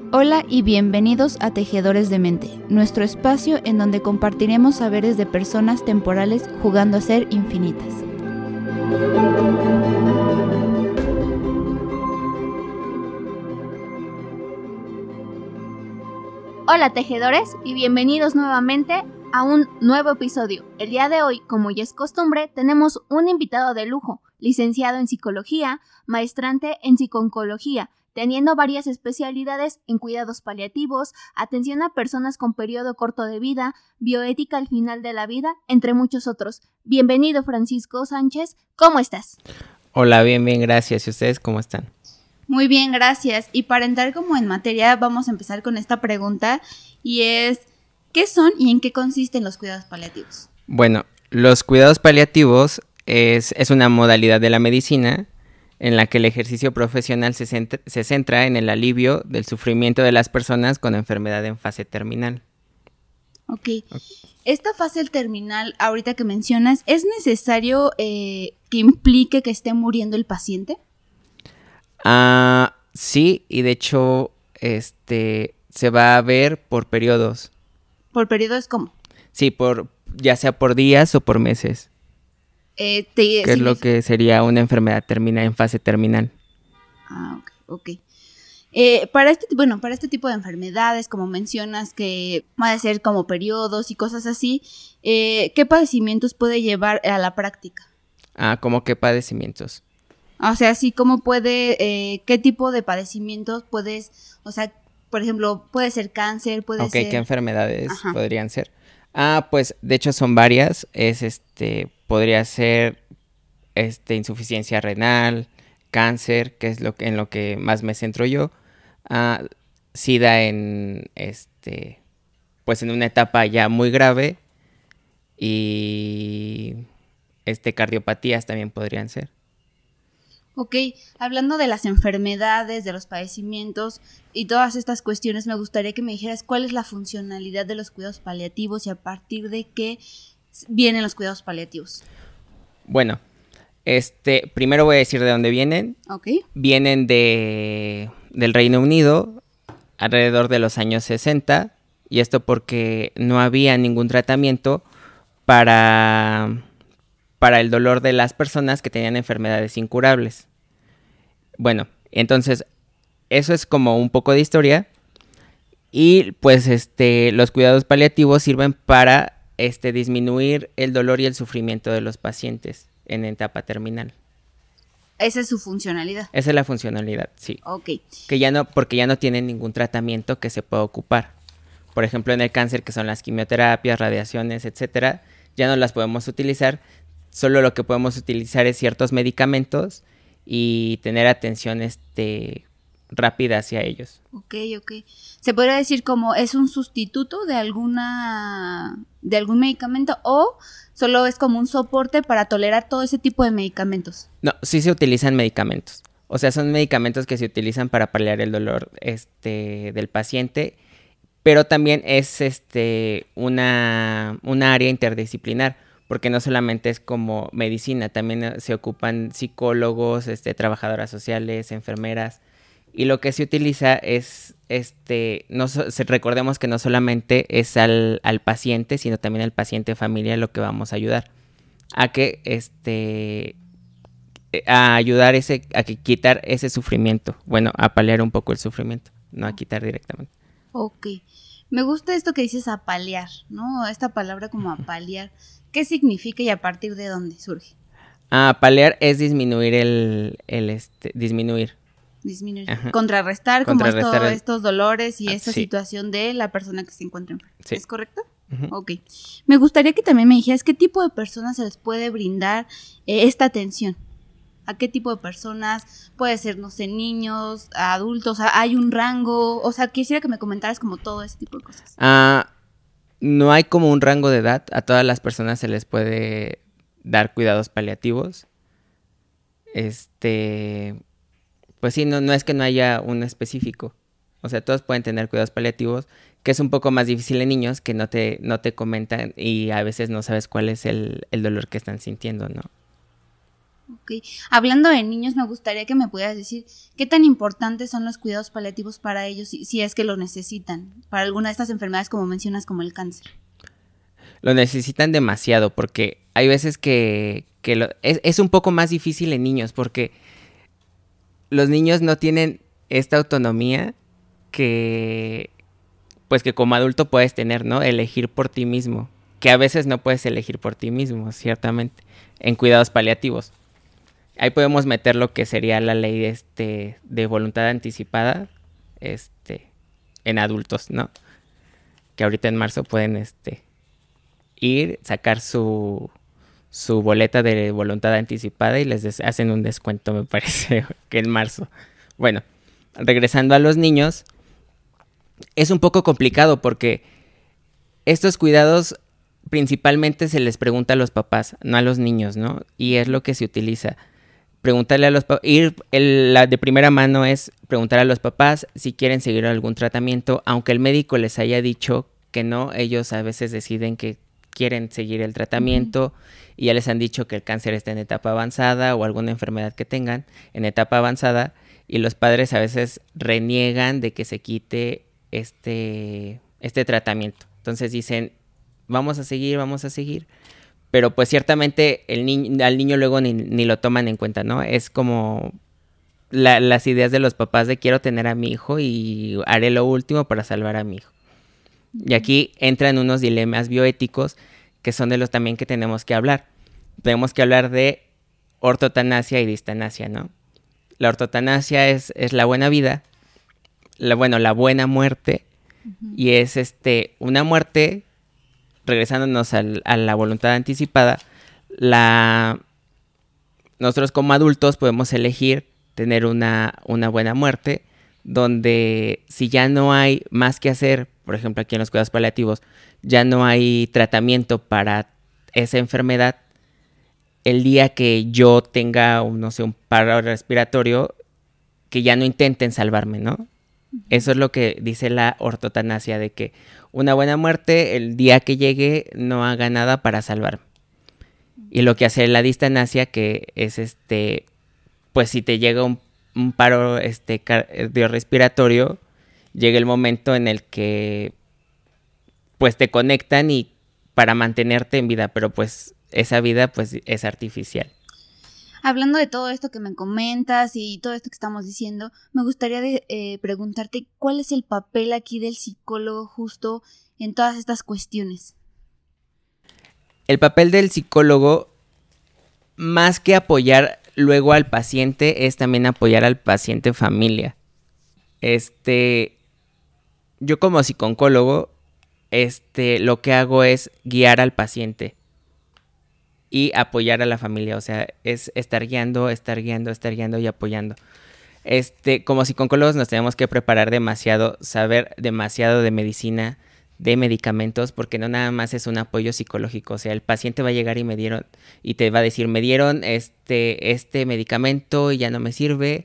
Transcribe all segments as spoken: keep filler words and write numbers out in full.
Hola y bienvenidos a Tejedores de Mente, nuestro espacio en donde compartiremos saberes de personas temporales jugando a ser infinitas. Hola tejedores y bienvenidos nuevamente a un nuevo episodio. El día de hoy, como ya es costumbre, tenemos un invitado de lujo, licenciado en psicología, maestrante en psico-oncología, teniendo varias especialidades en cuidados paliativos, atención a personas con periodo corto de vida, bioética al final de la vida, entre muchos otros. Bienvenido, Francisco Sánchez, ¿cómo estás? Hola, bien, bien, gracias. ¿Y ustedes cómo están? Muy bien, gracias. Y para entrar como en materia, vamos a empezar con esta pregunta y es, ¿qué son y en qué consisten los cuidados paliativos? Bueno, los cuidados paliativos es, es una modalidad de la medicina en la que el ejercicio profesional se centra, se centra en el alivio del sufrimiento de las personas con enfermedad en fase terminal. Ok. okay. Esta fase terminal, ahorita que mencionas, ¿es necesario eh, que implique que esté muriendo el paciente? Ah, sí, y de hecho, este, se va a ver por periodos. ¿Por periodos cómo? Sí, por, ya sea por días o por meses. Eh, te, que es lo que sería una enfermedad terminal en fase terminal. Ah, ok, ok. Eh, para este, bueno, para este tipo de enfermedades, como mencionas, que va a ser como periodos y cosas así, eh, ¿qué padecimientos puede llevar a la práctica? Ah, ¿cómo qué padecimientos? O sea, sí, ¿cómo puede, eh, qué tipo de padecimientos puedes, o sea, por ejemplo, puede ser cáncer, puede okay, ser... Ok, ¿qué enfermedades Ajá. podrían ser? Ah, pues, de hecho son varias, es este, podría ser, este, insuficiencia renal, cáncer, que es lo que, en lo que más me centro yo, ah, SIDA en, este, pues en una etapa ya muy grave, y, este, cardiopatías también podrían ser. Ok, hablando de las enfermedades, de los padecimientos y todas estas cuestiones, me gustaría que me dijeras cuál es la funcionalidad de los cuidados paliativos y a partir de qué vienen los cuidados paliativos. Bueno, este, primero voy a decir de dónde vienen. Ok. Vienen de, del Reino Unido alrededor de los años sesenta, y esto porque no había ningún tratamiento para, para el dolor de las personas que tenían enfermedades incurables. Bueno, entonces eso es como un poco de historia, y pues este los cuidados paliativos sirven para este disminuir el dolor y el sufrimiento de los pacientes en etapa terminal. Esa es su funcionalidad. Esa es la funcionalidad, sí. Ok. Que ya no, porque ya no tienen ningún tratamiento que se pueda ocupar. Por ejemplo, en el cáncer, que son las quimioterapias, radiaciones, etcétera, ya no las podemos utilizar. Solo lo que podemos utilizar es ciertos medicamentos y tener atención este, rápida hacia ellos. Ok, ok. ¿Se podría decir como es un sustituto de alguna de algún medicamento o solo es como un soporte para tolerar todo ese tipo de medicamentos? No, sí se utilizan medicamentos. O sea, son medicamentos que se utilizan para paliar el dolor este, del paciente, pero también es este, una, una área interdisciplinar, porque no solamente es como medicina, también se ocupan psicólogos, este, trabajadoras sociales, enfermeras, y lo que se utiliza es, este, no so, recordemos que no solamente es al, al paciente, sino también al paciente familia lo que vamos a ayudar, a que, este, a ayudar ese, a que quitar ese sufrimiento, bueno, a paliar un poco el sufrimiento, no a quitar directamente. Ok, me gusta esto que dices a paliar, ¿no? Esta palabra como a paliar. ¿Qué significa y a partir de dónde surge? Ah, paliar es disminuir el, el este, disminuir. Disminuir. Ajá. Contrarrestar, Contrarrestar como esto, el... estos dolores y ah, esta sí. situación de la persona que se encuentra enferma. Sí. ¿Es correcto? Uh-huh. Ok. Me gustaría que también me dijeras qué tipo de personas se les puede brindar eh, esta atención. ¿A qué tipo de personas? Puede ser, no sé, niños, adultos, ¿hay un rango? O sea, quisiera que me comentaras como todo ese tipo de cosas. Ah... No hay como un rango de edad, a todas las personas se les puede dar cuidados paliativos. Este, pues sí, no, no es que no haya uno específico. O sea, todos pueden tener cuidados paliativos, que es un poco más difícil en niños, que no te, no te comentan y a veces no sabes cuál es el, el dolor que están sintiendo, ¿no? Ok, hablando de niños, me gustaría que me pudieras decir qué tan importantes son los cuidados paliativos para ellos, si, si es que lo necesitan, para alguna de estas enfermedades como mencionas, como el cáncer. Lo necesitan demasiado, porque hay veces que, que lo, es, es un poco más difícil en niños, porque los niños no tienen esta autonomía que, pues que como adulto puedes tener, ¿no? Elegir por ti mismo, que a veces no puedes elegir por ti mismo, ciertamente, en cuidados paliativos. Ahí podemos meter lo que sería la ley este, de voluntad anticipada este, en adultos, ¿no? Que ahorita en marzo pueden este, ir, sacar su, su boleta de voluntad anticipada y les des- hacen un descuento, me parece, que en marzo. Bueno, regresando a los niños, es un poco complicado porque estos cuidados principalmente se les pregunta a los papás, no a los niños, ¿no? Y es lo que se utiliza. Preguntarle a los papás, ir el, la de primera mano es preguntar a los papás si quieren seguir algún tratamiento, aunque el médico les haya dicho que no, ellos a veces deciden que quieren seguir el tratamiento uh-huh. y ya les han dicho que el cáncer está en etapa avanzada o alguna enfermedad que tengan en etapa avanzada y los padres a veces reniegan de que se quite este, este tratamiento. Entonces dicen, vamos a seguir, vamos a seguir. Pero pues ciertamente el ni- al niño luego ni, ni lo toman en cuenta, ¿no? Es como la, las ideas de los papás de quiero tener a mi hijo y haré lo último para salvar a mi hijo. Y aquí entran unos dilemas bioéticos que son de los también que tenemos que hablar. Tenemos que hablar de ortotanasia y distanasia, ¿no? La ortotanasia es, es la buena vida, la, bueno, la buena muerte, uh-huh. y es este una muerte... Regresándonos al, a la voluntad anticipada, la... nosotros como adultos podemos elegir tener una, una buena muerte, donde si ya no hay más que hacer, por ejemplo aquí en los cuidados paliativos, ya no hay tratamiento para esa enfermedad, el día que yo tenga, no sé, un paro respiratorio, que ya no intenten salvarme, ¿no? Eso es lo que dice la ortotanasia, de que una buena muerte, el día que llegue, no haga nada para salvarme. Y lo que hace la distanasia, que es este, pues si te llega un, un paro este, cardiorrespiratorio, llega el momento en el que pues te conectan y para mantenerte en vida, pero pues esa vida pues es artificial. Hablando de todo esto que me comentas y todo esto que estamos diciendo, me gustaría de, eh, preguntarte cuál es el papel aquí del psicólogo justo en todas estas cuestiones. El papel del psicólogo, más que apoyar luego al paciente, es también apoyar al paciente familia. Este, yo como psicólogo, este, lo que hago es guiar al paciente y apoyar a la familia, o sea, es estar guiando, estar guiando, estar guiando y apoyando. Este, como psicólogos nos tenemos que preparar demasiado, saber demasiado de medicina, de medicamentos, porque no nada más es un apoyo psicológico, o sea, el paciente va a llegar y me dieron, y te va a decir, me dieron este, este medicamento y ya no me sirve,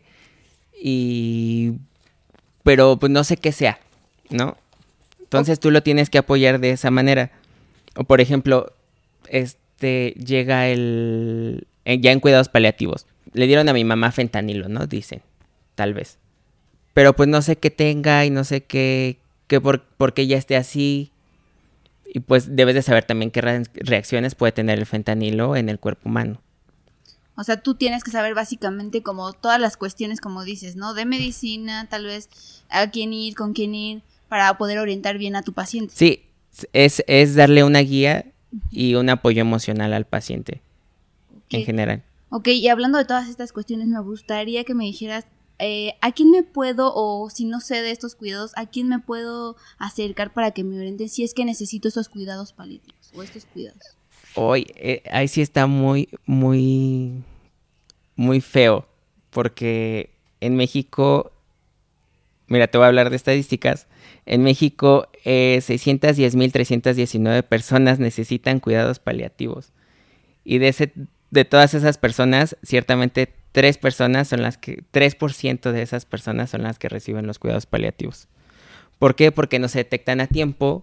y pero pues no sé qué sea, ¿no? Entonces tú lo tienes que apoyar de esa manera. O por ejemplo, este llega el... ya en cuidados paliativos. Le dieron a mi mamá fentanilo, ¿no? Dicen, tal vez. Pero pues no sé qué tenga y no sé qué... qué por, por qué ya esté así. Y pues debes de saber también qué re- reacciones puede tener el fentanilo en el cuerpo humano. O sea, tú tienes que saber básicamente como todas las cuestiones, como dices, ¿no? De medicina, tal vez a quién ir, con quién ir, para poder orientar bien a tu paciente. Sí, es, es darle una guía y un apoyo emocional al paciente, okay, en general. Ok, y hablando de todas estas cuestiones, me gustaría que me dijeras eh, ¿a quién me puedo, o si no sé de estos cuidados, a quién me puedo acercar para que me orienten si es que necesito esos cuidados paliativos o estos cuidados? Hoy, eh, ahí sí está muy, muy, muy feo, porque en México, mira, te voy a hablar de estadísticas. En México, eh, seiscientas diez mil trescientas diecinueve personas necesitan cuidados paliativos. Y de ese, de todas esas personas, ciertamente tres personas son las que, tres por ciento de esas personas son las que reciben los cuidados paliativos. ¿Por qué? Porque no se detectan a tiempo,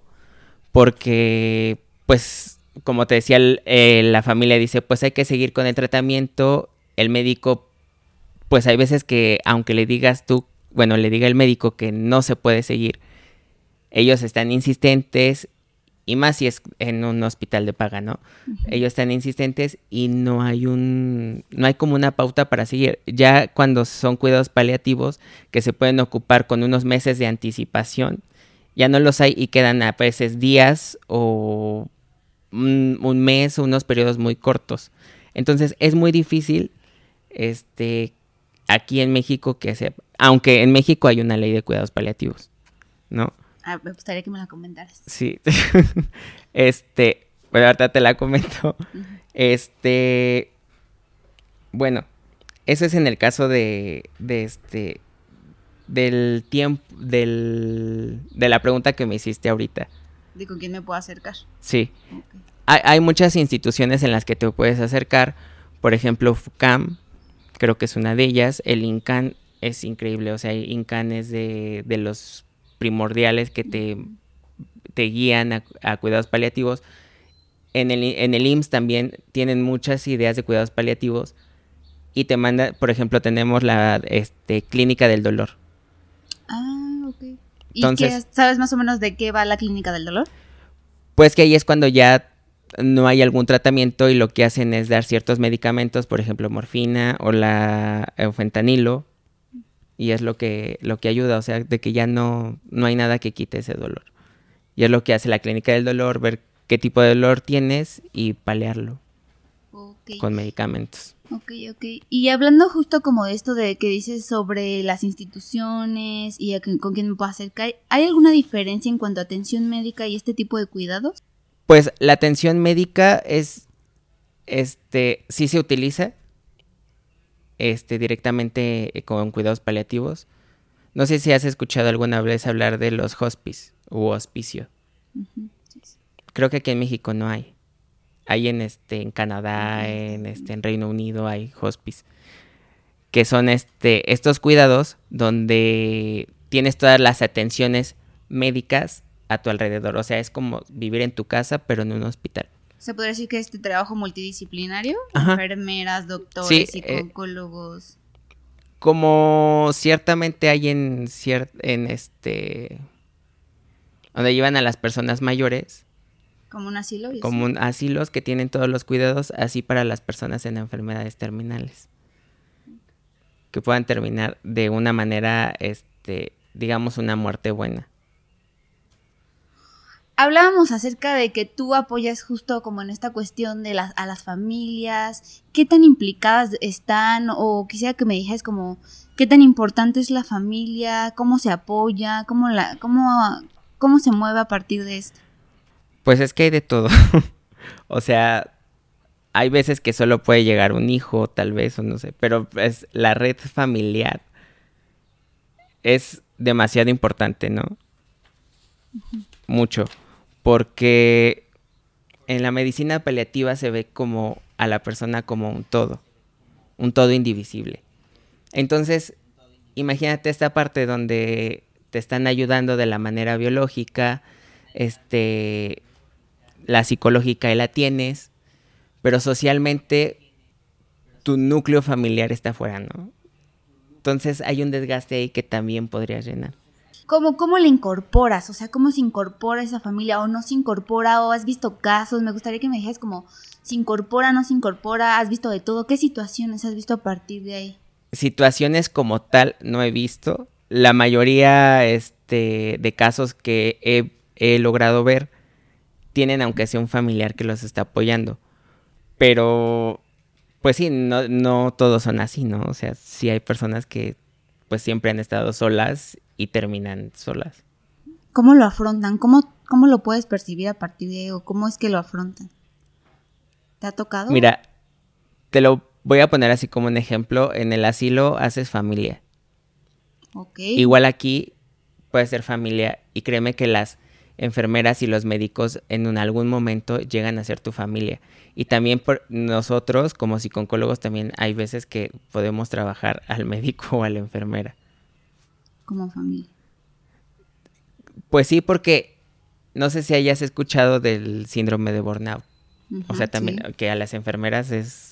porque, pues, como te decía, el, eh, la familia dice, pues hay que seguir con el tratamiento el médico, pues hay veces que aunque le digas tú, bueno, le diga el médico que no se puede seguir, ellos están insistentes, y más si es en un hospital de paga, ¿no? Uh-huh. Ellos están insistentes y no hay un, no hay como una pauta para seguir. Ya cuando son cuidados paliativos que se pueden ocupar con unos meses de anticipación, ya no los hay y quedan a veces días o un, un mes, unos periodos muy cortos. Entonces es muy difícil, este, aquí en México que se, aunque en México hay una ley de cuidados paliativos, ¿no? Ah, me gustaría que me la comentaras. Sí. este, bueno, ahorita te la comento. Uh-huh. Este, bueno, eso es en el caso de, de este, del tiempo, del, de la pregunta que me hiciste ahorita. ¿De con quién me puedo acercar? Sí. Okay. Hay, hay muchas instituciones en las que te puedes acercar. Por ejemplo, FUCAM, creo que es una de ellas. El INCAN es increíble. O sea, el INCAN es de, de los primordiales que te, te guían a, a cuidados paliativos. En el, en el I M S S también tienen muchas ideas de cuidados paliativos y te manda, por ejemplo, tenemos la este, clínica del dolor. Ah, ok. ¿Y Entonces, qué, sabes más o menos de qué va la clínica del dolor? Pues que ahí es cuando ya no hay algún tratamiento y lo que hacen es dar ciertos medicamentos, por ejemplo, morfina o la o fentanilo. Y es lo que, lo que ayuda, o sea, de que ya no, no hay nada que quite ese dolor. Y es lo que hace la clínica del dolor, ver qué tipo de dolor tienes y paliarlo okay. con medicamentos. Ok, ok. Y hablando justo como de esto de que dices sobre las instituciones y a que, con quién me puedo acercar, ¿hay alguna diferencia en cuanto a atención médica y este tipo de cuidados? Pues la atención médica es, este, sí se utiliza. Este, directamente con cuidados paliativos. No sé si has escuchado alguna vez hablar de los hospice u hospicio. Uh-huh. Creo que aquí en México no hay. Hay en este, en Canadá, en este, en Reino Unido hay hospice. Que son este, estos cuidados donde tienes todas las atenciones médicas a tu alrededor. O sea, es como vivir en tu casa, pero en un hospital. ¿Se podría decir que este trabajo multidisciplinario? Ajá. Enfermeras, doctores, sí, psicólogos. Eh, como ciertamente hay en cier- en este donde llevan a las personas mayores. Como un asilo. Como un asilos que tienen todos los cuidados, así para las personas en enfermedades terminales. Que puedan terminar de una manera, este, digamos, una muerte buena. Hablábamos acerca de que tú apoyas justo como en esta cuestión de las a las familias, qué tan implicadas están, o quisiera que me dijeras como qué tan importante es la familia, cómo se apoya, cómo la, cómo, cómo se mueve a partir de esto. Pues es que hay de todo. O sea, hay veces que solo puede llegar un hijo, tal vez, o no sé, pero es la red familiar es demasiado importante, ¿no? Uh-huh. Mucho. Porque en la medicina paliativa se ve como a la persona como un todo, un todo indivisible. Entonces, imagínate esta parte donde te están ayudando de la manera biológica, este, la psicológica y la tienes, pero socialmente tu núcleo familiar está afuera, ¿no? Entonces hay un desgaste ahí que también podrías llenar. ¿Cómo, ¿Cómo le incorporas? O sea, ¿cómo se incorpora esa familia o no se incorpora? ¿O has visto casos? Me gustaría que me dijeras como, ¿se incorpora, no se incorpora? ¿Has visto de todo? ¿Qué situaciones has visto a partir de ahí? Situaciones como tal no he visto. La mayoría este, de casos que he, he logrado ver tienen aunque sea un familiar que los está apoyando. Pero, pues sí, no, no todos son así, ¿no? O sea, sí hay personas que pues siempre han estado solas y terminan solas. ¿Cómo lo afrontan? ¿Cómo, cómo lo puedes percibir a partir de ello? ¿Cómo es que lo afrontan? ¿Te ha tocado? Mira, te lo voy a poner así como un ejemplo. En el asilo haces familia. Ok. Igual aquí puede ser familia. Y créeme que las enfermeras y los médicos en un, algún momento llegan a ser tu familia. Y también por nosotros como psicólogos también hay veces que podemos trabajar al médico o a la enfermera. Como familia. Pues sí, porque no sé si hayas escuchado del síndrome de burnout. Uh-huh, o sea, también sí. Que a las enfermeras es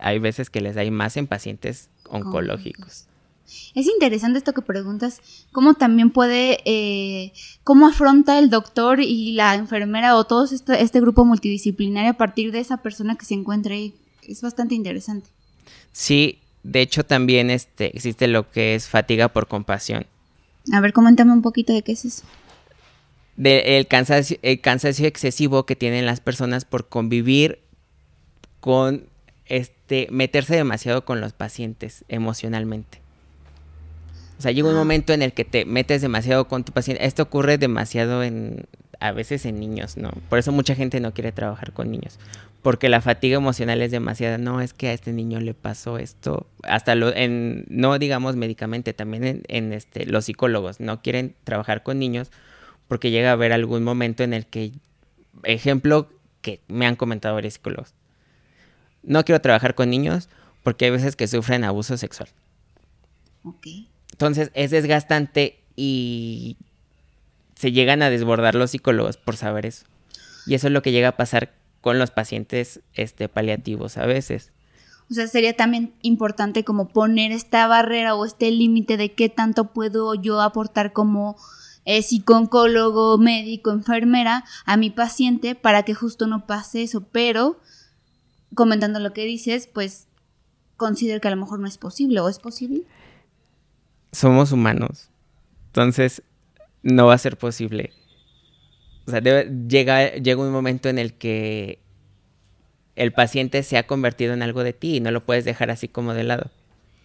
hay veces que les da más en pacientes oncológicos. Es interesante esto que preguntas, cómo también puede, eh, cómo afronta el doctor y la enfermera o todo este, este grupo multidisciplinario a partir de esa persona que se encuentra ahí. Es bastante interesante. Sí, de hecho también este, existe lo que es fatiga por compasión. A ver, coméntame un poquito de qué es eso. De el cansancio, el cansancio excesivo que tienen las personas por convivir con, este, meterse demasiado con los pacientes emocionalmente. O sea, llega un momento en el que te metes demasiado con tu paciente. Esto ocurre demasiado en, a veces en niños, ¿no? Por eso mucha gente no quiere trabajar con niños. Porque la fatiga emocional es demasiada. No, es que a este niño le pasó esto. Hasta lo, en, no digamos médicamente, también en, en este, los psicólogos no quieren trabajar con niños porque llega a haber algún momento en el que, ejemplo que me han comentado varios psicólogos, no quiero trabajar con niños porque hay veces que sufren abuso sexual. Ok. Entonces es desgastante y se llegan a desbordar los psicólogos por saber eso. Y eso es lo que llega a pasar con los pacientes este, paliativos a veces. O sea, sería también importante como poner esta barrera o este límite de qué tanto puedo yo aportar como eh, psicólogo, médico, enfermera a mi paciente para que justo no pase eso. Pero, comentando lo que dices, pues considero que a lo mejor no es posible. ¿O es posible? Somos humanos, entonces no va a ser posible. O sea, debe, llega, llega un momento en el que el paciente se ha convertido en algo de ti y no lo puedes dejar así como de lado.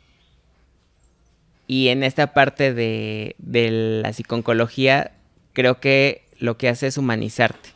Y en esta parte de, de la psiconcología, creo que lo que hace es humanizarte.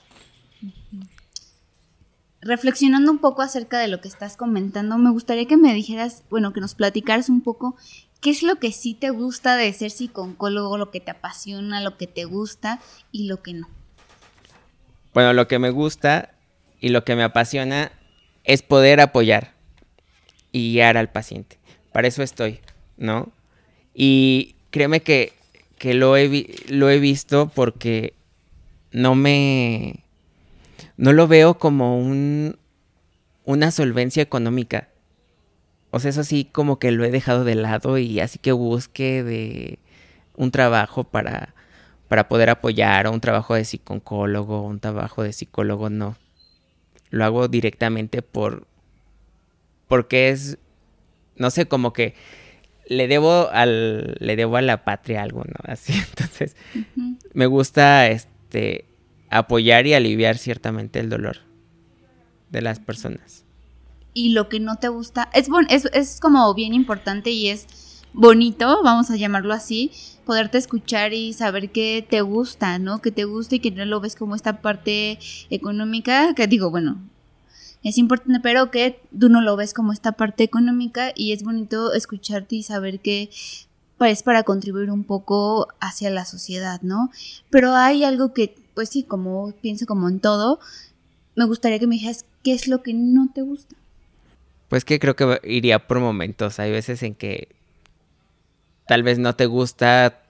Reflexionando un poco acerca de lo que estás comentando, me gustaría que me dijeras, bueno, que nos platicaras un poco qué es lo que sí te gusta de ser psicólogo, lo que te apasiona, lo que te gusta y lo que no. Bueno, lo que me gusta y lo que me apasiona es poder apoyar y guiar al paciente. Para eso estoy, ¿no? Y créeme que, que lo, he vi- lo he visto porque no me... no lo veo como un, una solvencia económica. O sea, eso sí como que lo he dejado de lado y así que busque de un trabajo para, para poder apoyar, o un trabajo de psicólogo, un trabajo de psicólogo, no. Lo hago directamente por, porque es, no sé, como que le debo al, le debo a la patria algo, ¿no? Así, entonces, uh-huh. Me gusta, este, apoyar y aliviar ciertamente el dolor de las personas. Y lo que no te gusta, es, bon- es, es como bien importante y es bonito, vamos a llamarlo así, poderte escuchar y saber que te gusta, ¿no? Que te gusta y que no lo ves como esta parte económica, que digo, bueno, es importante, pero que tú no lo ves como esta parte económica y es bonito escucharte y saber que es para contribuir un poco hacia la sociedad, ¿no? Pero hay algo que, pues sí, como pienso como en todo, me gustaría que me dijeras qué es lo que no te gusta. Pues que creo que iría por momentos. Hay veces en que tal vez no te gusta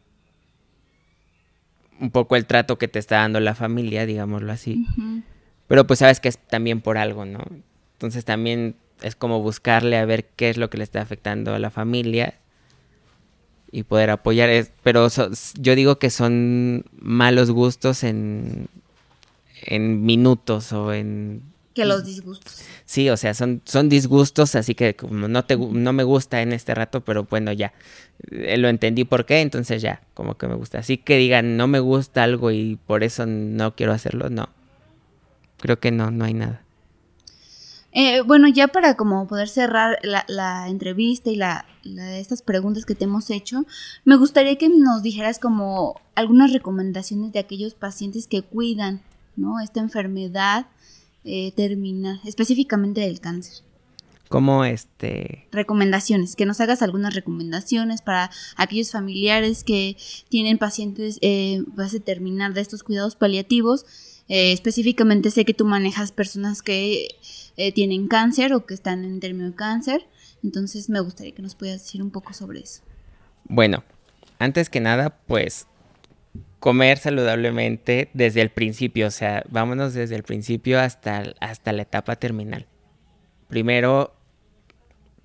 un poco el trato que te está dando la familia, digámoslo así. Uh-huh. Pero pues sabes que es también por algo, ¿no? Entonces también es como buscarle a ver qué es lo que le está afectando a la familia y poder apoyar. Es, pero so, yo digo que son malos gustos en, en minutos o en... Que los disgustos. Sí, o sea, son, son disgustos, así que como no, te, no me gusta en este rato, pero bueno, ya, eh, lo entendí por qué, entonces ya, como que me gusta. Así que digan, no me gusta algo y por eso no quiero hacerlo, no. Creo que no, no hay nada. Eh, bueno, ya para como poder cerrar la, la entrevista y la, la, estas preguntas que te hemos hecho, me gustaría que nos dijeras como algunas recomendaciones de aquellos pacientes que cuidan, ¿no? Esta enfermedad eh, terminal, específicamente del cáncer. ¿Cómo este? Recomendaciones, que nos hagas algunas recomendaciones para aquellos familiares que tienen pacientes eh, base terminal de estos cuidados paliativos. Eh, específicamente sé que tú manejas personas que eh, tienen cáncer o que están en término de cáncer, entonces me gustaría que nos pudieras decir un poco sobre eso. Bueno, antes que nada, pues comer saludablemente desde el principio, o sea, vámonos desde el principio hasta, hasta la etapa terminal. Primero,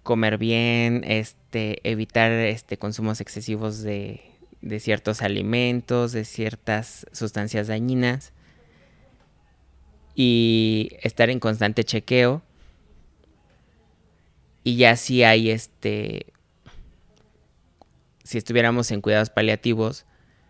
comer bien, este, evitar este, consumos excesivos de, de ciertos alimentos, de ciertas sustancias dañinas y estar en constante chequeo. Y ya si hay este, si estuviéramos en cuidados paliativos,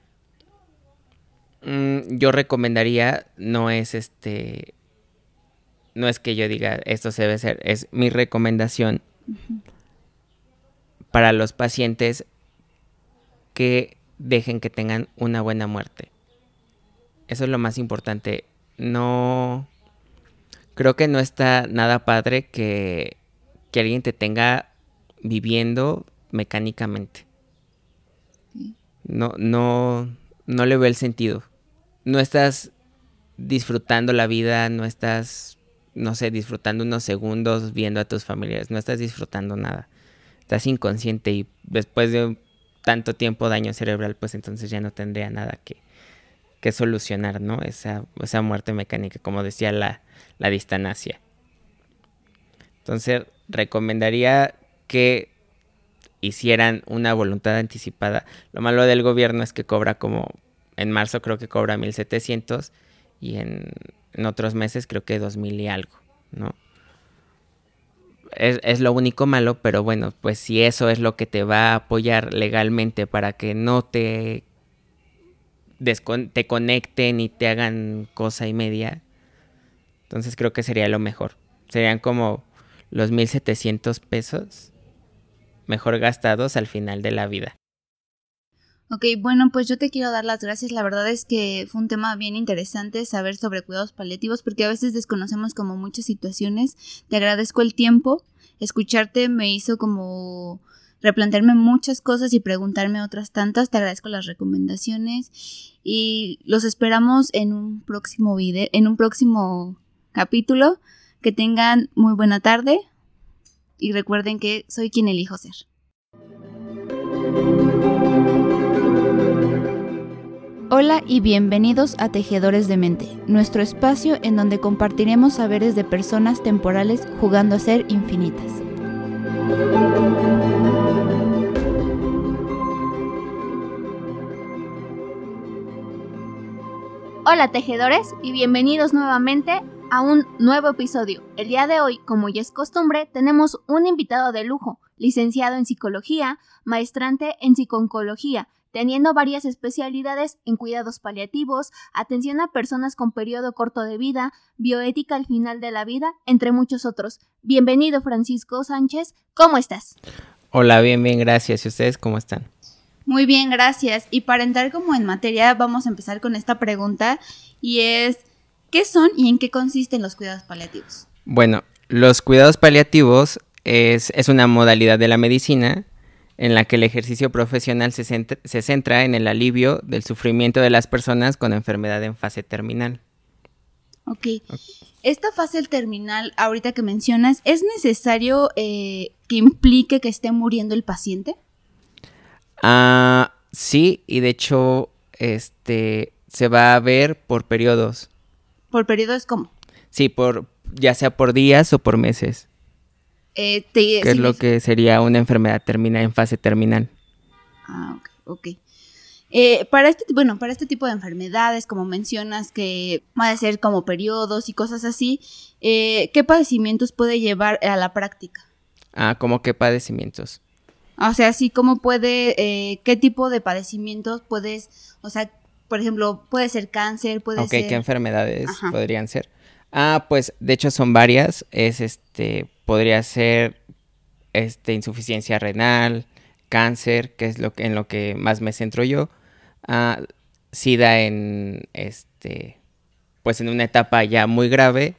mmm, yo recomendaría, no es este, no es que yo diga esto se debe hacer, es mi recomendación. Uh-huh. Para los pacientes que dejen que tengan una buena muerte. Eso es lo más importante. No, creo que no está nada padre que, que alguien te tenga viviendo mecánicamente. Sí. No, no, no le veo el sentido. No estás disfrutando la vida, no estás, no sé, disfrutando unos segundos viendo a tus familiares, no estás disfrutando nada. Estás inconsciente y después de tanto tiempo daño cerebral, pues entonces ya no tendría nada que, que solucionar, ¿no? Esa, esa muerte mecánica, como decía la, la distanasia. Entonces, recomendaría que hicieran una voluntad anticipada. Lo malo del gobierno es que cobra como, en marzo creo que cobra mil setecientos y en, en otros meses creo que dos mil y algo, ¿no? Es, es lo único malo, pero bueno, pues si eso es lo que te va a apoyar legalmente para que no te, descon- te conecten y te hagan cosa y media, entonces creo que sería lo mejor. Serían como los mil setecientos pesos mejor gastados al final de la vida. Ok, bueno, pues yo te quiero dar las gracias. La verdad es que fue un tema bien interesante saber sobre cuidados paliativos porque a veces desconocemos como muchas situaciones. Te agradezco el tiempo. Escucharte me hizo como replantearme muchas cosas y preguntarme otras tantas. Te agradezco las recomendaciones y los esperamos en un próximo video, en un próximo capítulo. Que tengan muy buena tarde y recuerden que soy quien elijo ser. Hola y bienvenidos a Tejedores de Mente, nuestro espacio en donde compartiremos saberes de personas temporales jugando a ser infinitas. Hola tejedores y bienvenidos nuevamente a un nuevo episodio. El día de hoy, como ya es costumbre, tenemos un invitado de lujo, licenciado en psicología, maestrante en psico-oncología, teniendo varias especialidades en cuidados paliativos, atención a personas con periodo corto de vida, bioética al final de la vida, entre muchos otros. Bienvenido, Francisco Sánchez, ¿cómo estás? Hola, bien, bien, gracias. ¿Y ustedes cómo están? Muy bien, gracias. Y para entrar como en materia, vamos a empezar con esta pregunta y es, ¿qué son y en qué consisten los cuidados paliativos? Bueno, los cuidados paliativos es, es una modalidad de la medicina en la que el ejercicio profesional se centra, se centra en el alivio del sufrimiento de las personas con enfermedad en fase terminal. Ok. okay. Esta fase terminal, ahorita que mencionas, ¿es necesario eh, que implique que esté muriendo el paciente? Ah, uh, sí, y de hecho, este, se va a ver por periodos. ¿Por periodos cómo? Sí, por, ya sea por días o por meses. Eh, te, que es lo que sería una enfermedad terminal en fase terminal. Ah, ok, ok. Eh, para este, bueno, para este tipo de enfermedades, como mencionas, que va a ser como periodos y cosas así, eh, ¿qué padecimientos puede llevar a la práctica? Ah, ¿cómo qué padecimientos? O sea, sí, ¿cómo puede, eh, qué tipo de padecimientos puedes, o sea, por ejemplo, puede ser cáncer, puede okay, ser... Ok, ¿qué enfermedades Ajá. podrían ser? Ah, pues, de hecho son varias, es este... Podría ser este, insuficiencia renal, cáncer, que es lo que, en lo que más me centro yo, uh, SIDA en, este, pues en una etapa ya muy grave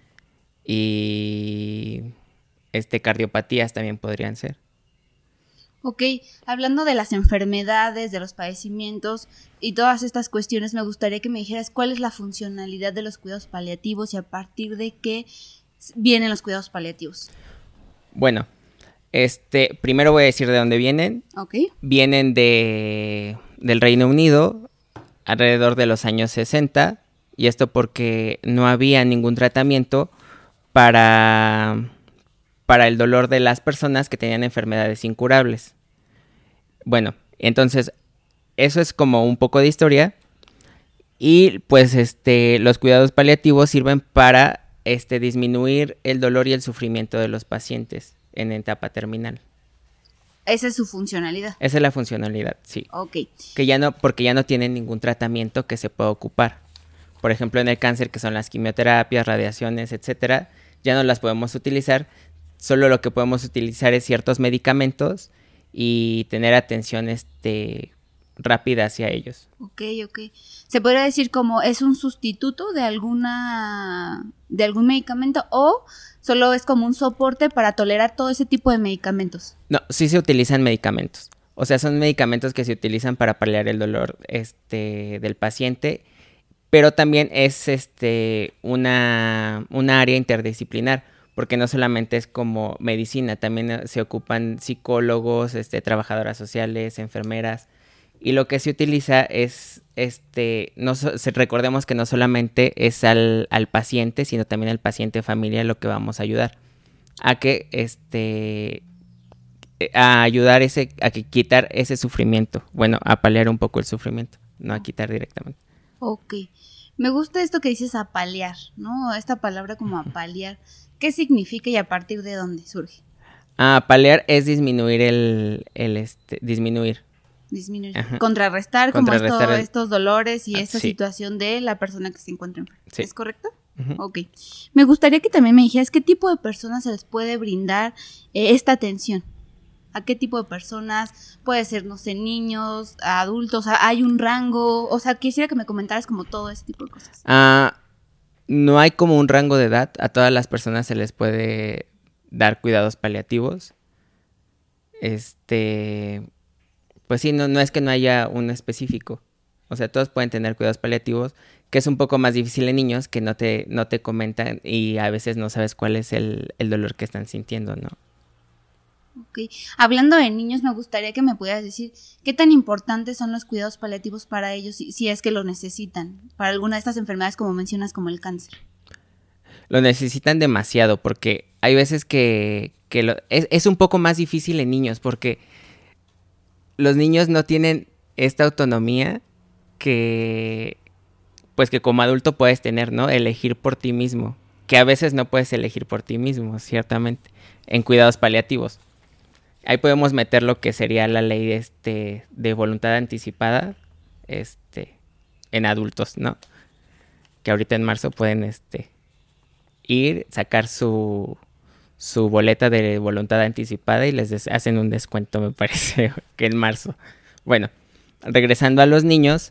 y este, cardiopatías también podrían ser. Ok, hablando de las enfermedades, de los padecimientos y todas estas cuestiones, me gustaría que me dijeras cuál es la funcionalidad de los cuidados paliativos y a partir de qué vienen los cuidados paliativos. Bueno, este, primero voy a decir de dónde vienen. Okay. Vienen de, del Reino Unido alrededor de los años sesenta y esto porque no había ningún tratamiento para, para el dolor de las personas que tenían enfermedades incurables. Bueno, entonces eso es como un poco de historia. Y pues este, los cuidados paliativos sirven para este, disminuir el dolor y el sufrimiento de los pacientes en etapa terminal. Esa es su funcionalidad. Esa es la funcionalidad, sí. Ok. Que ya no, porque ya no tienen ningún tratamiento que se pueda ocupar. Por ejemplo, en el cáncer, que son las quimioterapias, radiaciones, etcétera, ya no las podemos utilizar. Solo lo que podemos utilizar es ciertos medicamentos y tener atención este, rápida hacia ellos. Ok, ok. ¿Se podría decir como es un sustituto de alguna de algún medicamento o solo es como un soporte para tolerar todo ese tipo de medicamentos? No, sí se utilizan medicamentos. O sea, son medicamentos que se utilizan para paliar el dolor este, del paciente, pero también es este, una, una área interdisciplinar, porque no solamente es como medicina, también se ocupan psicólogos, este, trabajadoras sociales, enfermeras, y lo que se utiliza es, este, no so, recordemos que no solamente es al, al paciente, sino también al paciente familia lo que vamos a ayudar, a que, este, a ayudar ese, a que quitar ese sufrimiento, bueno, a paliar un poco el sufrimiento, no a quitar directamente. Ok, me gusta esto que dices a paliar, ¿no? Esta palabra como a paliar, ¿qué significa y a partir de dónde surge? Ah, paliar es disminuir el, el este, disminuir. Disminuir, Ajá. contrarrestar, contrarrestar como esto, el... estos dolores y esta sí. situación de la persona que se encuentra enferma. Sí. ¿Es correcto? Uh-huh. Ok. Me gustaría que también me dijeras qué tipo de personas se les puede brindar eh, esta atención. ¿A qué tipo de personas? Puede ser, no sé, niños, adultos, ¿hay un rango? O sea, quisiera que me comentaras como todo ese tipo de cosas. Ah, no hay como un rango de edad. A todas las personas se les puede dar cuidados paliativos. Este... Pues sí, no, no es que no haya uno específico. O sea, todos pueden tener cuidados paliativos, que es un poco más difícil en niños, que no te, no te comentan y a veces no sabes cuál es el, el dolor que están sintiendo, ¿no? Ok. Hablando de niños, me gustaría que me pudieras decir qué tan importantes son los cuidados paliativos para ellos, si, si es que lo necesitan, para alguna de estas enfermedades como mencionas, como el cáncer. Lo necesitan demasiado, porque hay veces que, que lo, es, es un poco más difícil en niños, porque los niños no tienen esta autonomía que, pues que como adulto puedes tener, ¿no? Elegir por ti mismo, que a veces no puedes elegir por ti mismo, ciertamente, en cuidados paliativos. Ahí podemos meter lo que sería la ley este, de voluntad anticipada este, en adultos, ¿no? Que ahorita en marzo pueden este, ir, sacar su... su boleta de voluntad anticipada y les des- hacen un descuento, me parece, que en marzo. Bueno, regresando a los niños,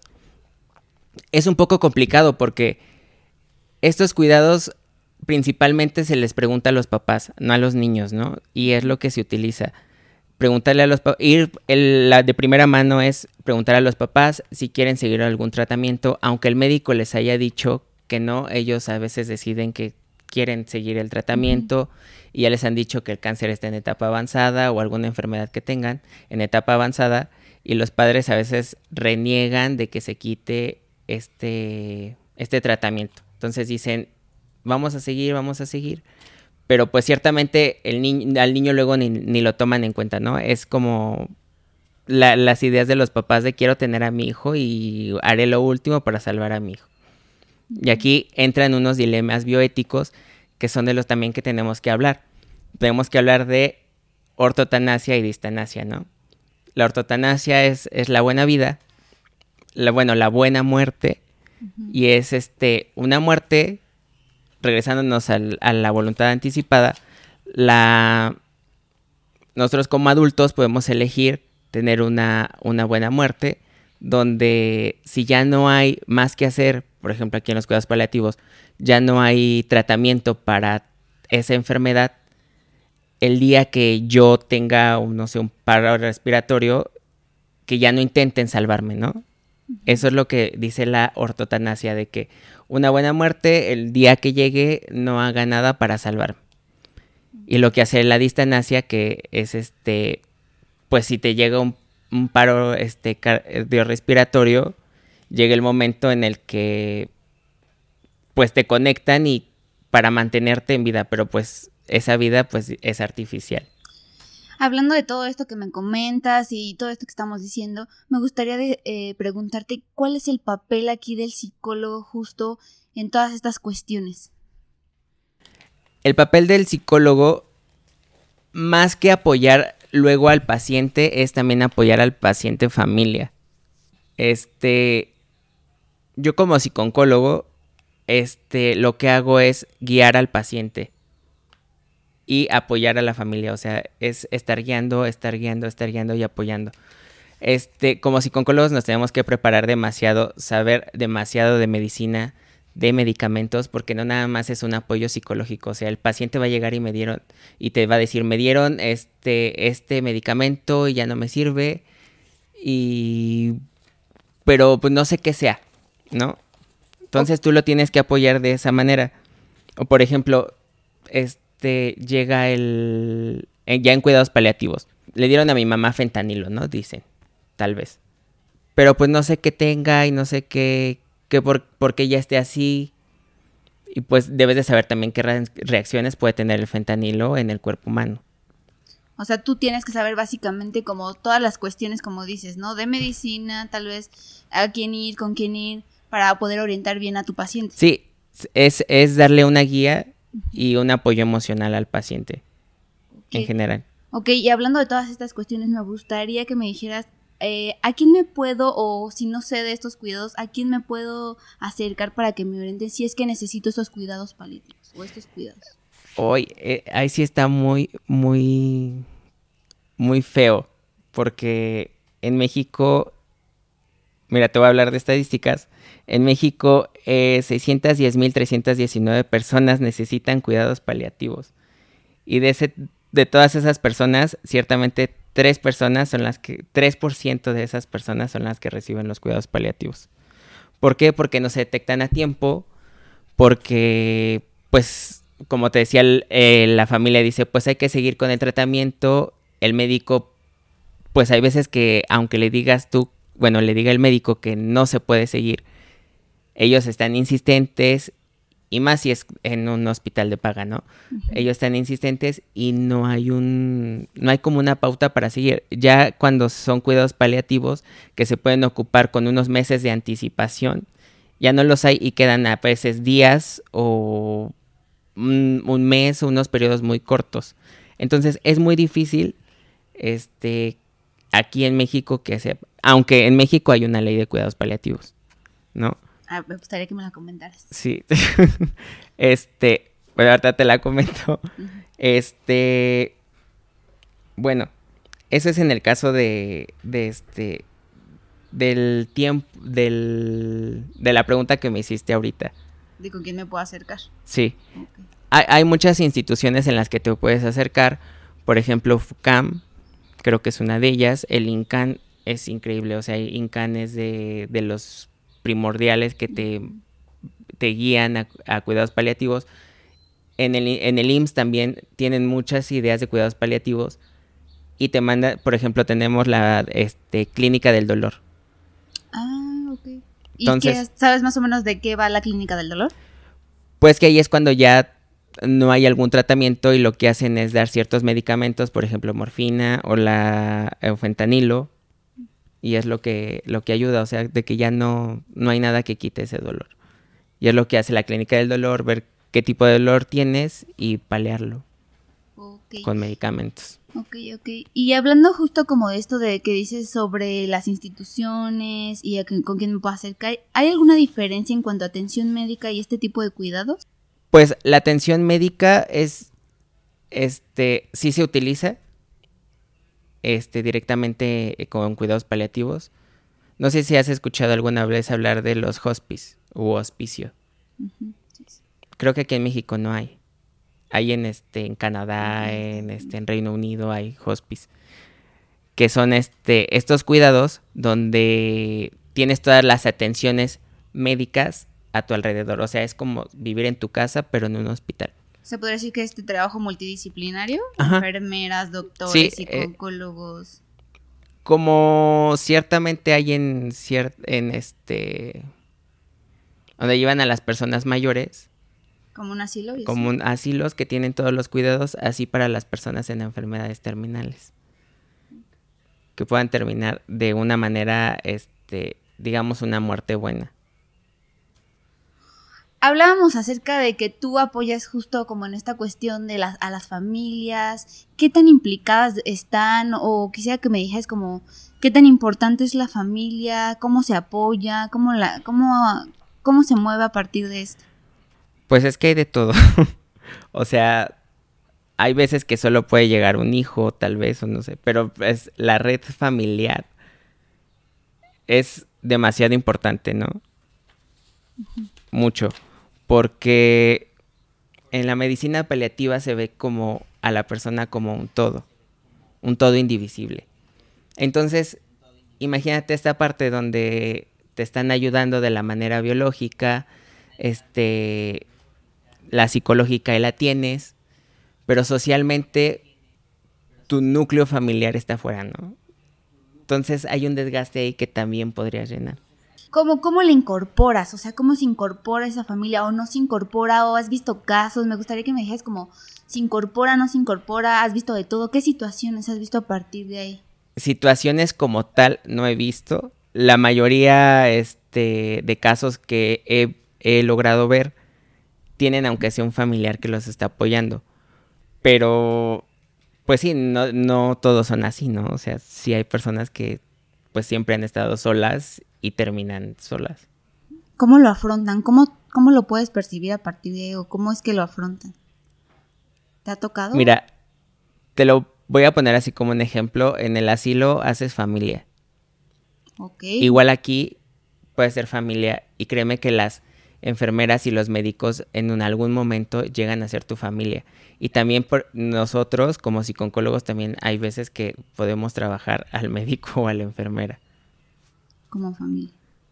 es un poco complicado porque estos cuidados principalmente se les pregunta a los papás, no a los niños, ¿no? Y es lo que se utiliza. Preguntarle a los papás, ir el, la de primera mano es preguntar a los papás si quieren seguir algún tratamiento, aunque el médico les haya dicho que no, ellos a veces deciden que quieren seguir el tratamiento uh-huh. y ya les han dicho que el cáncer está en etapa avanzada o alguna enfermedad que tengan en etapa avanzada y los padres a veces reniegan de que se quite este, este tratamiento. Entonces dicen, vamos a seguir, vamos a seguir, pero pues ciertamente el ni- al niño luego ni, ni lo toman en cuenta, ¿no? Es como la, las ideas de los papás de quiero tener a mi hijo y haré lo último para salvar a mi hijo. Y aquí entran unos dilemas bioéticos que son de los también que tenemos que hablar. Tenemos que hablar de ortotanasia y distanasia, ¿no? La ortotanasia es, es la buena vida, la, bueno, la buena muerte, uh-huh. y es este una muerte, regresándonos al, a la voluntad anticipada, la, nosotros como adultos podemos elegir tener una, una buena muerte, donde si ya no hay más que hacer, por ejemplo aquí en los cuidados paliativos, ya no hay tratamiento para esa enfermedad, el día que yo tenga, un, no sé, un paro respiratorio, que ya no intenten salvarme, ¿no? Uh-huh. Eso es lo que dice la ortotanasia, de que una buena muerte, el día que llegue, no haga nada para salvarme. Uh-huh. Y lo que hace la distanasia, que es este, pues si te llega un un paro este, cardiorrespiratorio, llega el momento en el que pues te conectan y para mantenerte en vida, pero pues esa vida pues es artificial. Hablando de todo esto que me comentas y todo esto que estamos diciendo, me gustaría de, eh, preguntarte cuál es el papel aquí del psicólogo justo en todas estas cuestiones. El papel del psicólogo, más que apoyar luego al paciente, es también apoyar al paciente familia. Este, yo como psicólogo, este, lo que hago es guiar al paciente y apoyar a la familia, o sea, es estar guiando, estar guiando, estar guiando y apoyando. Este, como psicólogos nos tenemos que preparar demasiado, saber demasiado de medicina, de medicamentos, porque no nada más es un apoyo psicológico, o sea, el paciente va a llegar y me dieron, y te va a decir, me dieron este, este medicamento y ya no me sirve, y, pero pues no sé qué sea, ¿no? Entonces tú lo tienes que apoyar de esa manera. O por ejemplo, este, llega el, ya en cuidados paliativos, le dieron a mi mamá fentanilo, ¿no? Dicen, tal vez. Pero pues no sé qué tenga y no sé qué, qué por, por qué ya esté así. Y pues debes de saber también qué re- reacciones puede tener el fentanilo en el cuerpo humano. O sea, tú tienes que saber básicamente como todas las cuestiones, como dices, ¿no? De medicina, tal vez a quién ir, con quién ir, para poder orientar bien a tu paciente. Sí, es, es darle una guía y un apoyo emocional al paciente, okay, en general. Ok, y hablando de todas estas cuestiones, me gustaría que me dijeras, eh, ¿a quién me puedo, o si no sé de estos cuidados, a quién me puedo acercar para que me orienten si es que necesito esos cuidados paliativos o estos cuidados? Hoy, eh, ahí sí está muy, muy, muy feo, porque en México, mira, te voy a hablar de estadísticas. En México, eh, seiscientas diez mil trescientas diecinueve personas necesitan cuidados paliativos. Y de ese, de todas esas personas, ciertamente tres personas son las que, tres por ciento de esas personas son las que reciben los cuidados paliativos. ¿Por qué? Porque no se detectan a tiempo, porque, pues, como te decía, el, eh, la familia dice, pues hay que seguir con el tratamiento. El médico, pues hay veces que, aunque le digas tú, bueno, le diga el médico que no se puede seguir, ellos están insistentes, y más si es en un hospital de paga, ¿no? Uh-huh. Ellos están insistentes y no hay un, no hay como una pauta para seguir. Ya cuando son cuidados paliativos que se pueden ocupar con unos meses de anticipación, ya no los hay y quedan a veces días o un, un mes o unos periodos muy cortos. Entonces es muy difícil, este, aquí en México que se, aunque en México hay una ley de cuidados paliativos, ¿no? Ah, me gustaría que me la comentaras. Sí. este, bueno, ahorita te la comento. Uh-huh. Este, bueno, eso es en el caso de, de este, del tiempo, del, de la pregunta que me hiciste ahorita. ¿De con quién me puedo acercar? Sí. Okay. Hay, hay muchas instituciones en las que te puedes acercar. Por ejemplo, FUCAM, creo que es una de ellas. El INCAN es increíble. O sea, el INCAN es de, de los primordiales que te, te guían a, a cuidados paliativos. En el, en el I M S S también tienen muchas ideas de cuidados paliativos y te manda, por ejemplo, tenemos la este, clínica del dolor. Ah, ok. ¿Y Entonces, qué, sabes más o menos de qué va la clínica del dolor? Pues que ahí es cuando ya no hay algún tratamiento y lo que hacen es dar ciertos medicamentos, por ejemplo, morfina o la o fentanilo. Y es lo que, lo que ayuda, o sea, de que ya no, no hay nada que quite ese dolor. Y es lo que hace la clínica del dolor, ver qué tipo de dolor tienes y paliarlo okay. con medicamentos. Ok, ok. Y hablando justo como de esto de que dices sobre las instituciones y a, con quién me puedo acercar, ¿hay alguna diferencia en cuanto a atención médica y este tipo de cuidados? Pues la atención médica es, este, sí se utiliza, Este, directamente con cuidados paliativos. No sé si has escuchado alguna vez hablar de los hospice u hospicio. Uh-huh. Sí, sí. Creo que aquí en México no hay. Hay en este, en Canadá, uh-huh. en este, en Reino Unido hay hospice. Que son este, estos cuidados donde tienes todas las atenciones médicas a tu alrededor. O sea, es como vivir en tu casa, pero en un hospital. ¿Se podría decir que este trabajo multidisciplinario? Ajá. Enfermeras, doctores, sí, psicólogos. Eh, como ciertamente hay en ciert, en este donde llevan a las personas mayores, Como un asilo. Como un asilos que tienen todos los cuidados, así para las personas en enfermedades terminales. Que puedan terminar de una manera, este, digamos, una muerte buena. Hablábamos acerca de que tú apoyas justo como en esta cuestión de las a las familias, qué tan implicadas están, o quisiera que me dijeras como qué tan importante es la familia, cómo se apoya, cómo la, cómo, cómo se mueve a partir de esto. Pues es que hay de todo. O sea, hay veces que solo puede llegar un hijo, tal vez, o no sé, pero es la red familiar es demasiado importante, ¿no? Uh-huh. Mucho. Porque en la medicina paliativa se ve como a la persona como un todo, un todo indivisible. Entonces, imagínate esta parte donde te están ayudando de la manera biológica, este, la psicológica y la tienes, pero socialmente tu núcleo familiar está afuera, ¿no? Entonces hay un desgaste ahí que también podrías llenar. ¿Cómo, ¿Cómo le incorporas? O sea, ¿cómo se incorpora esa familia o no se incorpora? ¿O has visto casos? Me gustaría que me dijeras como, ¿se incorpora, no se incorpora? ¿Has visto de todo? ¿Qué situaciones has visto a partir de ahí? Situaciones como tal no he visto. La mayoría este, de casos que he, he logrado ver tienen aunque sea un familiar que los está apoyando. Pero, pues sí, no, no todos son así, ¿no? O sea, sí hay personas que pues siempre han estado solas y terminan solas. ¿Cómo lo afrontan? ¿Cómo, cómo lo puedes percibir a partir de ahí? ¿O cómo es que lo afrontan? ¿Te ha tocado? Mira, te lo voy a poner así como un ejemplo. En el asilo haces familia. Ok. Igual aquí puede ser familia. Y créeme que las enfermeras y los médicos en un, algún momento llegan a ser tu familia. Y también por nosotros como psicólogos también hay veces que podemos trabajar al médico o a la enfermera. Como familia.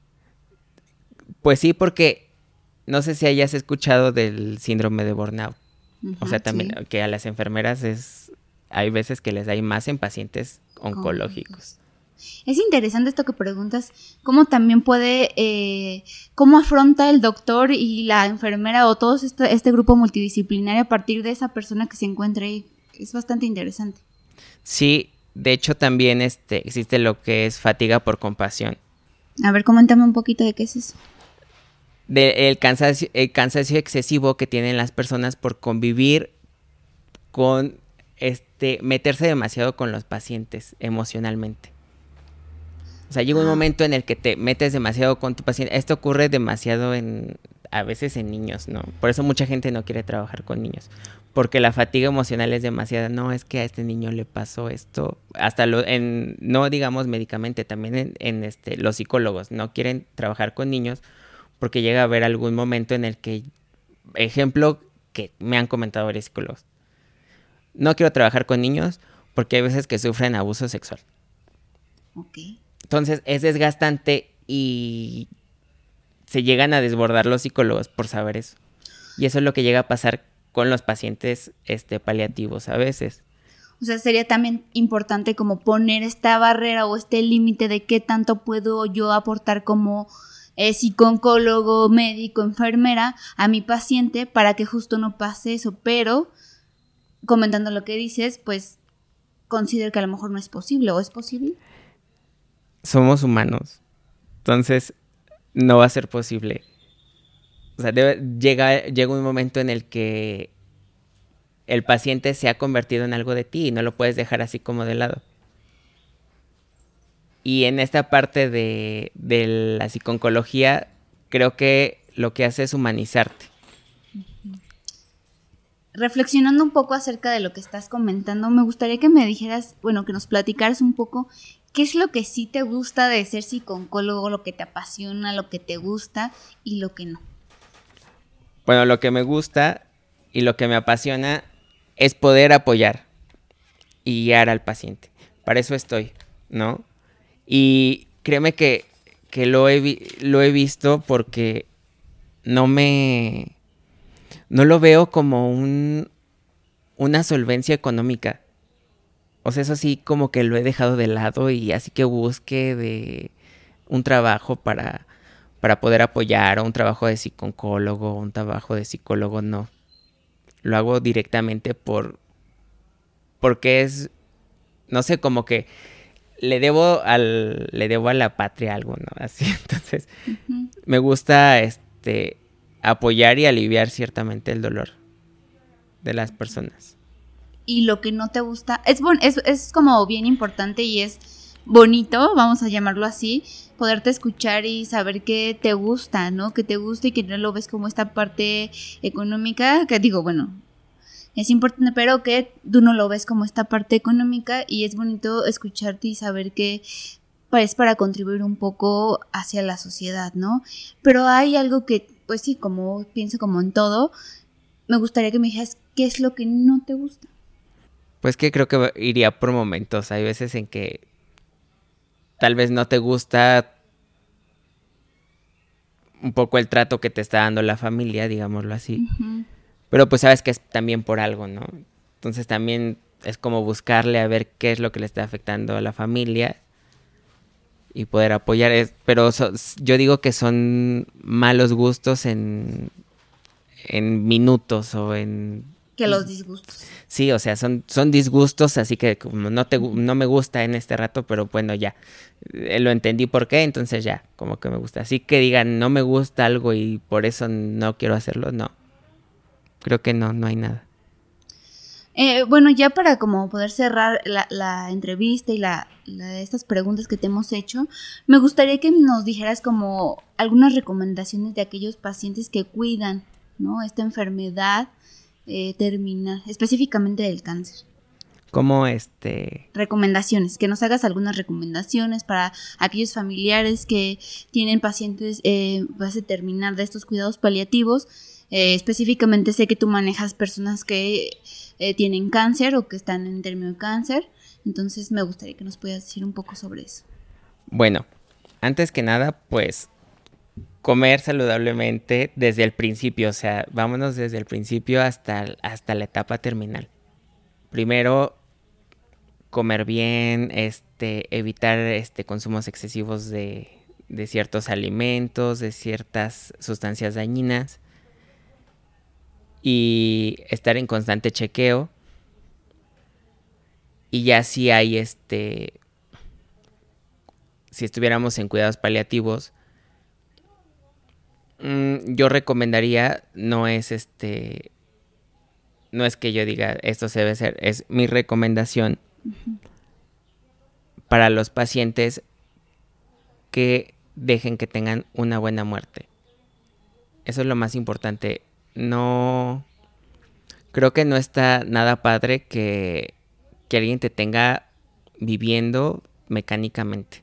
Pues sí, porque no sé si hayas escuchado del síndrome de burnout. Uh-huh, o sea, también sí. Que a las enfermeras es hay veces que les hay más en pacientes oncológicos. Es interesante esto que preguntas, cómo también puede, eh, cómo afronta el doctor y la enfermera o todo este, este grupo multidisciplinario a partir de esa persona que se encuentra ahí. Es bastante interesante. Sí, de hecho también este, existe lo que es fatiga por compasión. A ver, coméntame un poquito de qué es eso. De el cansancio, el cansancio excesivo que tienen las personas por convivir con, este, meterse demasiado con los pacientes emocionalmente. O sea, llega un momento en el que te metes demasiado con tu paciente. Esto ocurre demasiado en, a veces en niños, ¿no? Por eso mucha gente no quiere trabajar con niños. Porque la fatiga emocional es demasiada. No, es que a este niño le pasó esto. Hasta lo, en, no digamos médicamente, también en, en este, los psicólogos no quieren trabajar con niños porque llega a haber algún momento en el que, ejemplo que me han comentado varios psicólogos. No quiero trabajar con niños porque hay veces que sufren abuso sexual. Ok. Entonces es desgastante y se llegan a desbordar los psicólogos por saber eso. Y eso es lo que llega a pasar con los pacientes este, paliativos a veces. O sea, sería también importante como poner esta barrera o este límite de qué tanto puedo yo aportar como eh, psicólogo, médico, enfermera a mi paciente para que justo no pase eso. Pero, comentando lo que dices, pues considero que a lo mejor no es posible. ¿O es posible? Somos humanos, entonces no va a ser posible. O sea, debe, llega, llega un momento en el que el paciente se ha convertido en algo de ti y no lo puedes dejar así como de lado. Y en esta parte de, de la psiconcología, creo que lo que hace es humanizarte. Reflexionando un poco acerca de lo que estás comentando, me gustaría que me dijeras, bueno, que nos platicaras un poco qué es lo que sí te gusta de ser psicólogo, lo que te apasiona, lo que te gusta y lo que no. Bueno, lo que me gusta y lo que me apasiona es poder apoyar y guiar al paciente. Para eso estoy, ¿no? Y créeme que, que lo, he vi- lo he visto porque no me... no lo veo como un, una solvencia económica. O sea, eso sí como que lo he dejado de lado y así que busque de un trabajo para, para poder apoyar, o un trabajo de psicólogo, un trabajo de psicólogo, no. Lo hago directamente por, porque es, no sé, como que le debo al, le debo a la patria algo, ¿no? Así, entonces, uh-huh. me gusta, este, apoyar y aliviar ciertamente el dolor de las personas. Y lo que no te gusta, es, bon- es, es como bien importante y es bonito, vamos a llamarlo así, poderte escuchar y saber que te gusta, ¿no? Que te gusta y que no lo ves como esta parte económica, que digo, bueno, es importante, pero que tú no lo ves como esta parte económica y es bonito escucharte y saber que es para contribuir un poco hacia la sociedad, ¿no? Pero hay algo que, pues sí, como pienso como en todo, me gustaría que me dijeras qué es lo que no te gusta. Pues que creo que iría por momentos. Hay veces en que tal vez no te gusta un poco el trato que te está dando la familia, digámoslo así. Uh-huh. Pero pues sabes que es también por algo, ¿no? Entonces también es como buscarle a ver qué es lo que le está afectando a la familia y poder apoyar. Es, pero so, yo digo que son malos gustos en, en minutos o en... Que los disgustos. Sí, o sea, son, son disgustos, así que como no, te, no me gusta en este rato, pero bueno, ya, eh, lo entendí por qué, entonces ya, como que me gusta. Así que digan, no me gusta algo y por eso no quiero hacerlo, no. Creo que no, no hay nada. Eh, bueno, ya para como poder cerrar la, la entrevista y la, la, estas preguntas que te hemos hecho, me gustaría que nos dijeras como algunas recomendaciones de aquellos pacientes que cuidan, ¿no? Esta enfermedad eh, terminal, específicamente del cáncer. ¿Cómo este? Recomendaciones, que nos hagas algunas recomendaciones para aquellos familiares que tienen pacientes eh, base terminal de estos cuidados paliativos. Eh, específicamente sé que tú manejas personas que eh, tienen cáncer o que están en término de cáncer, entonces me gustaría que nos puedas decir un poco sobre eso. Bueno, antes que nada, pues comer saludablemente desde el principio, o sea, vámonos desde el principio hasta, hasta la etapa terminal. Primero, comer bien, este, evitar este, consumos excesivos de, de ciertos alimentos, de ciertas sustancias dañinas. Y estar en constante chequeo. Y ya si hay este... Si estuviéramos en cuidados paliativos, mmm, yo recomendaría, no es este... No es que yo diga esto se debe hacer, es mi recomendación uh-huh. para los pacientes que dejen que tengan una buena muerte. Eso es lo más importante. No, creo que no está nada padre que, que alguien te tenga viviendo mecánicamente.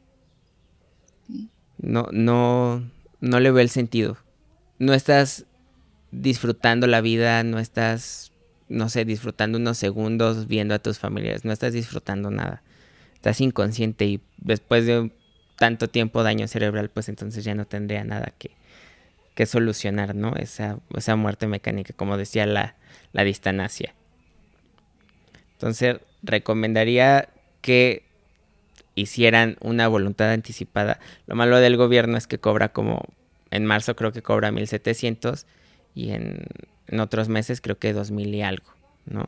No, no, no le veo el sentido. No estás disfrutando la vida, no estás, no sé, disfrutando unos segundos viendo a tus familiares, no estás disfrutando nada. Estás inconsciente y después de tanto tiempo daño cerebral, pues entonces ya no tendría nada que... que solucionar, ¿no? Esa, esa muerte mecánica, como decía la, la distanasia. Entonces, recomendaría que hicieran una voluntad anticipada. Lo malo del gobierno es que cobra como, en marzo creo que cobra mil setecientos y en, en otros meses creo que dos mil y algo, ¿no?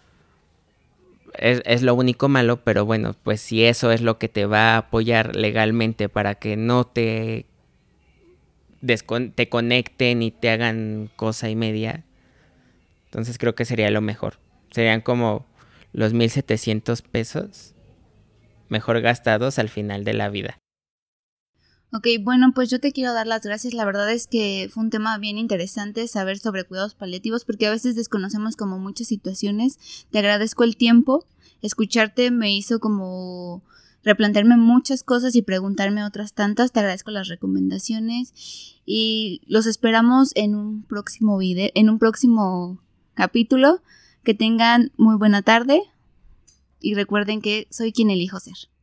Es, es lo único malo, pero bueno, pues si eso es lo que te va a apoyar legalmente para que no te... Descon- te conecten y te hagan cosa y media, entonces creo que sería lo mejor. Serían como los mil setecientos pesos mejor gastados al final de la vida. Ok, bueno, pues yo te quiero dar las gracias. La verdad es que fue un tema bien interesante saber sobre cuidados paliativos porque a veces desconocemos como muchas situaciones. Te agradezco el tiempo. Escucharte me hizo como replantearme muchas cosas y preguntarme otras tantas. Te agradezco las recomendaciones y los esperamos en un próximo video, en un próximo capítulo. Que tengan muy buena tarde y recuerden que soy quien elijo ser.